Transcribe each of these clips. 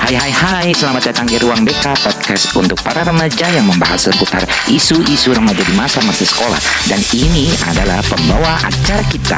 Hai, selamat datang di Ruang BK Podcast untuk para remaja yang membahas seputar isu-isu remaja di masa-masa sekolah. Dan ini adalah pembawa acara kita.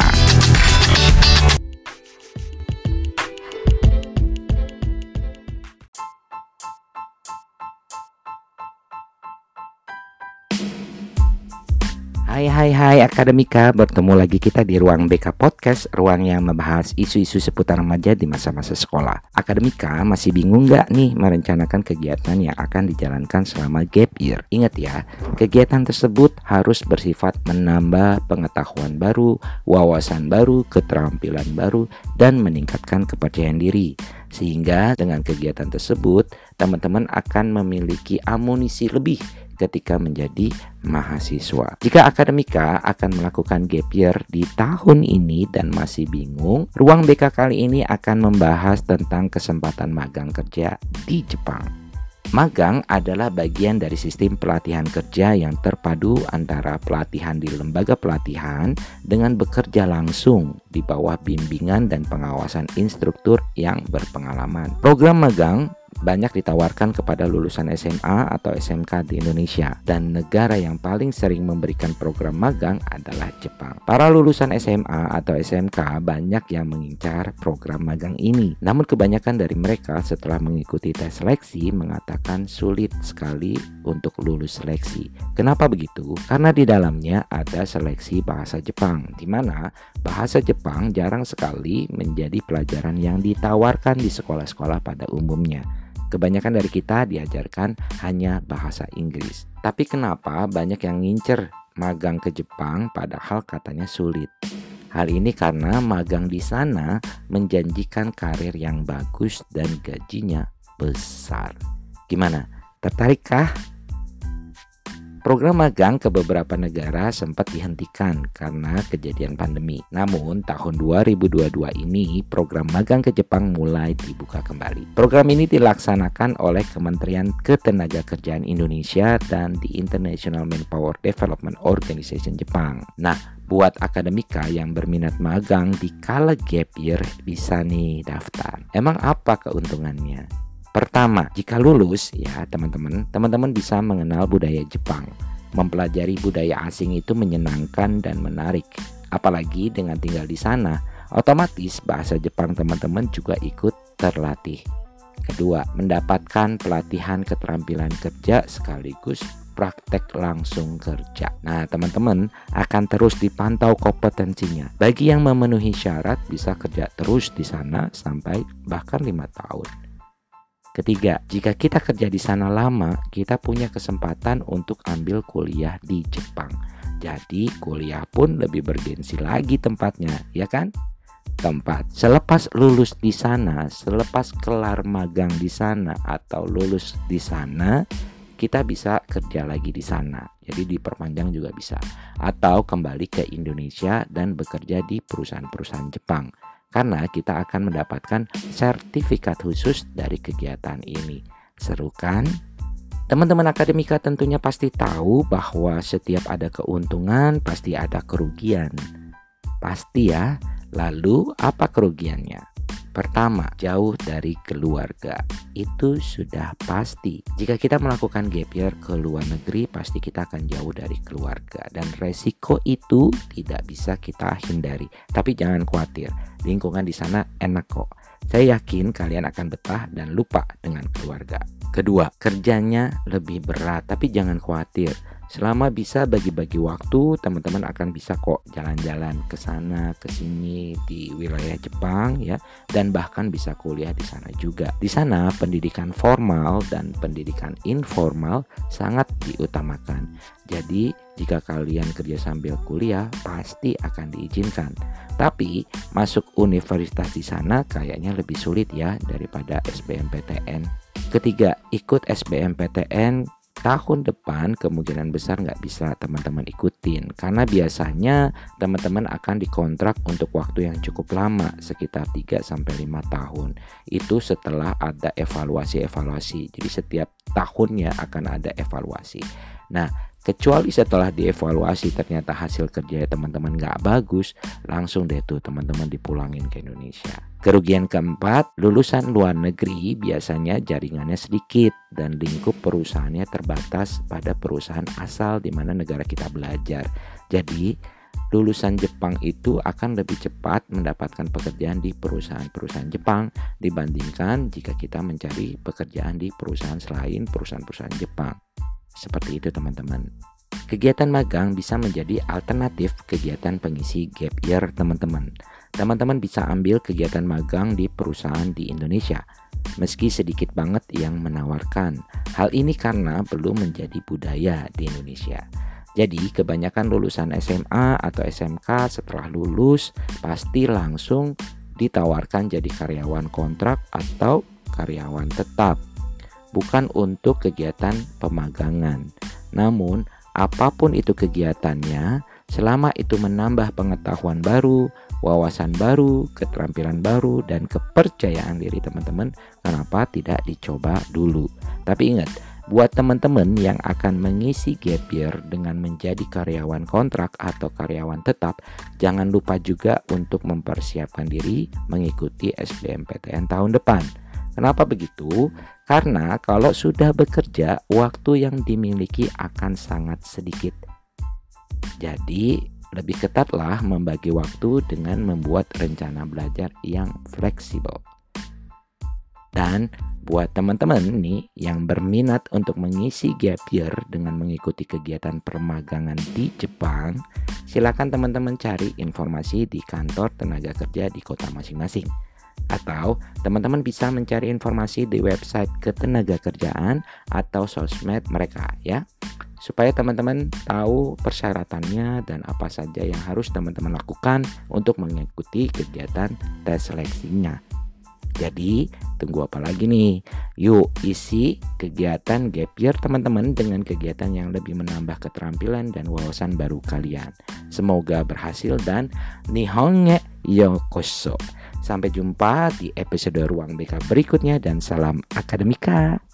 Hai Akademika, bertemu lagi kita di Ruang BK Podcast, ruang yang membahas isu-isu seputar remaja di masa-masa sekolah. Akademika masih bingung nggak nih merencanakan kegiatan yang akan dijalankan selama gap year? Ingat ya, kegiatan tersebut harus bersifat menambah pengetahuan baru, wawasan baru, keterampilan baru, dan meningkatkan kepercayaan diri. Sehingga dengan kegiatan tersebut, teman-teman akan memiliki amunisi lebih ketika menjadi mahasiswa. Jika Akademika akan melakukan gap year di tahun ini dan masih bingung, Ruang BK kali ini akan membahas tentang kesempatan magang kerja di Jepang. Magang adalah bagian dari sistem pelatihan kerja yang terpadu antara pelatihan di lembaga pelatihan dengan bekerja langsung di bawah bimbingan dan pengawasan instruktur yang berpengalaman. Program magang banyak ditawarkan kepada lulusan SMA atau SMK di Indonesia, dan negara yang paling sering memberikan program magang adalah Jepang. Para lulusan SMA atau SMK banyak yang mengincar program magang ini. Namun kebanyakan dari mereka setelah mengikuti tes seleksi mengatakan sulit sekali untuk lulus seleksi. Kenapa begitu? Karena di dalamnya ada seleksi bahasa Jepang, di mana bahasa Jepang jarang sekali menjadi pelajaran yang ditawarkan di sekolah-sekolah pada umumnya. Kebanyakan dari kita diajarkan hanya bahasa Inggris. Tapi kenapa banyak yang ngincer magang ke Jepang padahal katanya sulit? Hal ini karena magang di sana menjanjikan karir yang bagus dan gajinya besar. Gimana? Tertarikkah? Program magang ke beberapa negara sempat dihentikan karena kejadian pandemi. Namun tahun 2022 ini program magang ke Jepang mulai dibuka kembali. Program ini dilaksanakan oleh Kementerian Ketenagakerjaan Indonesia dan di International Manpower Development Organization Jepang. Nah, buat Akademika yang berminat magang di kala gap year bisa nih daftar. Emang apa keuntungannya? Pertama, jika lulus ya teman-teman bisa mengenal budaya Jepang. Mempelajari budaya asing itu menyenangkan dan menarik. Apalagi dengan tinggal di sana, otomatis bahasa Jepang teman-teman juga ikut terlatih. Kedua, mendapatkan pelatihan keterampilan kerja sekaligus praktek langsung kerja. Nah, teman-teman akan terus dipantau kompetensinya. Bagi yang memenuhi syarat bisa kerja terus di sana sampai bahkan 5 tahun. Ketiga, jika kita kerja di sana lama, kita punya kesempatan untuk ambil kuliah di Jepang. Jadi kuliah pun lebih bergengsi lagi tempatnya, ya kan? Keempat, selepas lulus di sana, selepas kelar magang di sana atau lulus di sana, kita bisa kerja lagi di sana. Jadi diperpanjang juga bisa. Atau kembali ke Indonesia dan bekerja di perusahaan-perusahaan Jepang. Karena kita akan mendapatkan sertifikat khusus dari kegiatan ini. Seru kan? Teman-teman Akademika tentunya pasti tahu bahwa setiap ada keuntungan pasti ada kerugian. Pasti ya. Lalu apa kerugiannya? Pertama, jauh dari keluarga. Itu sudah pasti. Jika kita melakukan gap year ke luar negeri, pasti kita akan jauh dari keluarga. Dan resiko itu tidak bisa kita hindari. Tapi jangan khawatir, lingkungan di sana enak kok. Saya yakin kalian akan betah dan lupa dengan keluarga. Kedua, kerjanya lebih berat, tapi jangan khawatir. Selama bisa bagi-bagi waktu, teman-teman akan bisa kok jalan-jalan ke sana, ke sini di wilayah Jepang ya, dan bahkan bisa kuliah di sana juga. Di sana pendidikan formal dan pendidikan informal sangat diutamakan. Jadi, jika kalian kerja sambil kuliah, pasti akan diizinkan. Tapi, masuk universitas di sana kayaknya lebih sulit ya daripada SBMPTN. Ketiga, ikut SBMPTN tahun depan kemungkinan besar nggak bisa teman-teman ikutin, karena biasanya teman-teman akan dikontrak untuk waktu yang cukup lama, sekitar 3-5 tahun. Itu setelah ada evaluasi. Jadi setiap tahunnya akan ada evaluasi. Nah, Kecuali setelah dievaluasi ternyata hasil kerja teman-teman nggak bagus, langsung deh tuh teman-teman dipulangin ke Indonesia. Kerugian keempat, lulusan luar negeri biasanya jaringannya sedikit dan lingkup perusahaannya terbatas pada perusahaan asal di mana negara kita belajar. Jadi lulusan Jepang itu akan lebih cepat mendapatkan pekerjaan di perusahaan-perusahaan Jepang dibandingkan jika kita mencari pekerjaan di perusahaan selain perusahaan-perusahaan Jepang. Seperti itu teman-teman. Kegiatan magang bisa menjadi alternatif kegiatan pengisi gap year teman-teman. Teman-teman bisa ambil kegiatan magang di perusahaan di Indonesia, meski sedikit banget yang menawarkan. Hal ini karena belum menjadi budaya di Indonesia. Jadi kebanyakan lulusan SMA atau SMK setelah lulus pasti langsung ditawarkan jadi karyawan kontrak atau karyawan tetap. Bukan untuk kegiatan pemagangan. Namun, apapun itu kegiatannya, selama itu menambah pengetahuan baru, wawasan baru, keterampilan baru, dan kepercayaan diri teman-teman, kenapa tidak dicoba dulu? Tapi ingat, buat teman-teman yang akan mengisi gap year dengan menjadi karyawan kontrak atau karyawan tetap, jangan lupa juga untuk mempersiapkan diri mengikuti SBMPTN tahun depan. Kenapa begitu? Karena kalau sudah bekerja, waktu yang dimiliki akan sangat sedikit. Jadi, lebih ketatlah membagi waktu dengan membuat rencana belajar yang fleksibel. Dan buat teman-teman nih yang berminat untuk mengisi gap year dengan mengikuti kegiatan permagangan di Jepang, silakan teman-teman cari informasi di kantor tenaga kerja di kota masing-masing. Atau teman-teman bisa mencari informasi di website ketenagakerjaan atau sosmed mereka ya, supaya teman-teman tahu persyaratannya dan apa saja yang harus teman-teman lakukan untuk mengikuti kegiatan tes seleksinya. Jadi tunggu apa lagi nih? Yuk isi kegiatan gap year teman-teman dengan kegiatan yang lebih menambah keterampilan dan wawasan baru kalian. Semoga berhasil dan Nihonge Yokoso. Sampai jumpa di episode Ruang BK berikutnya dan salam akademika.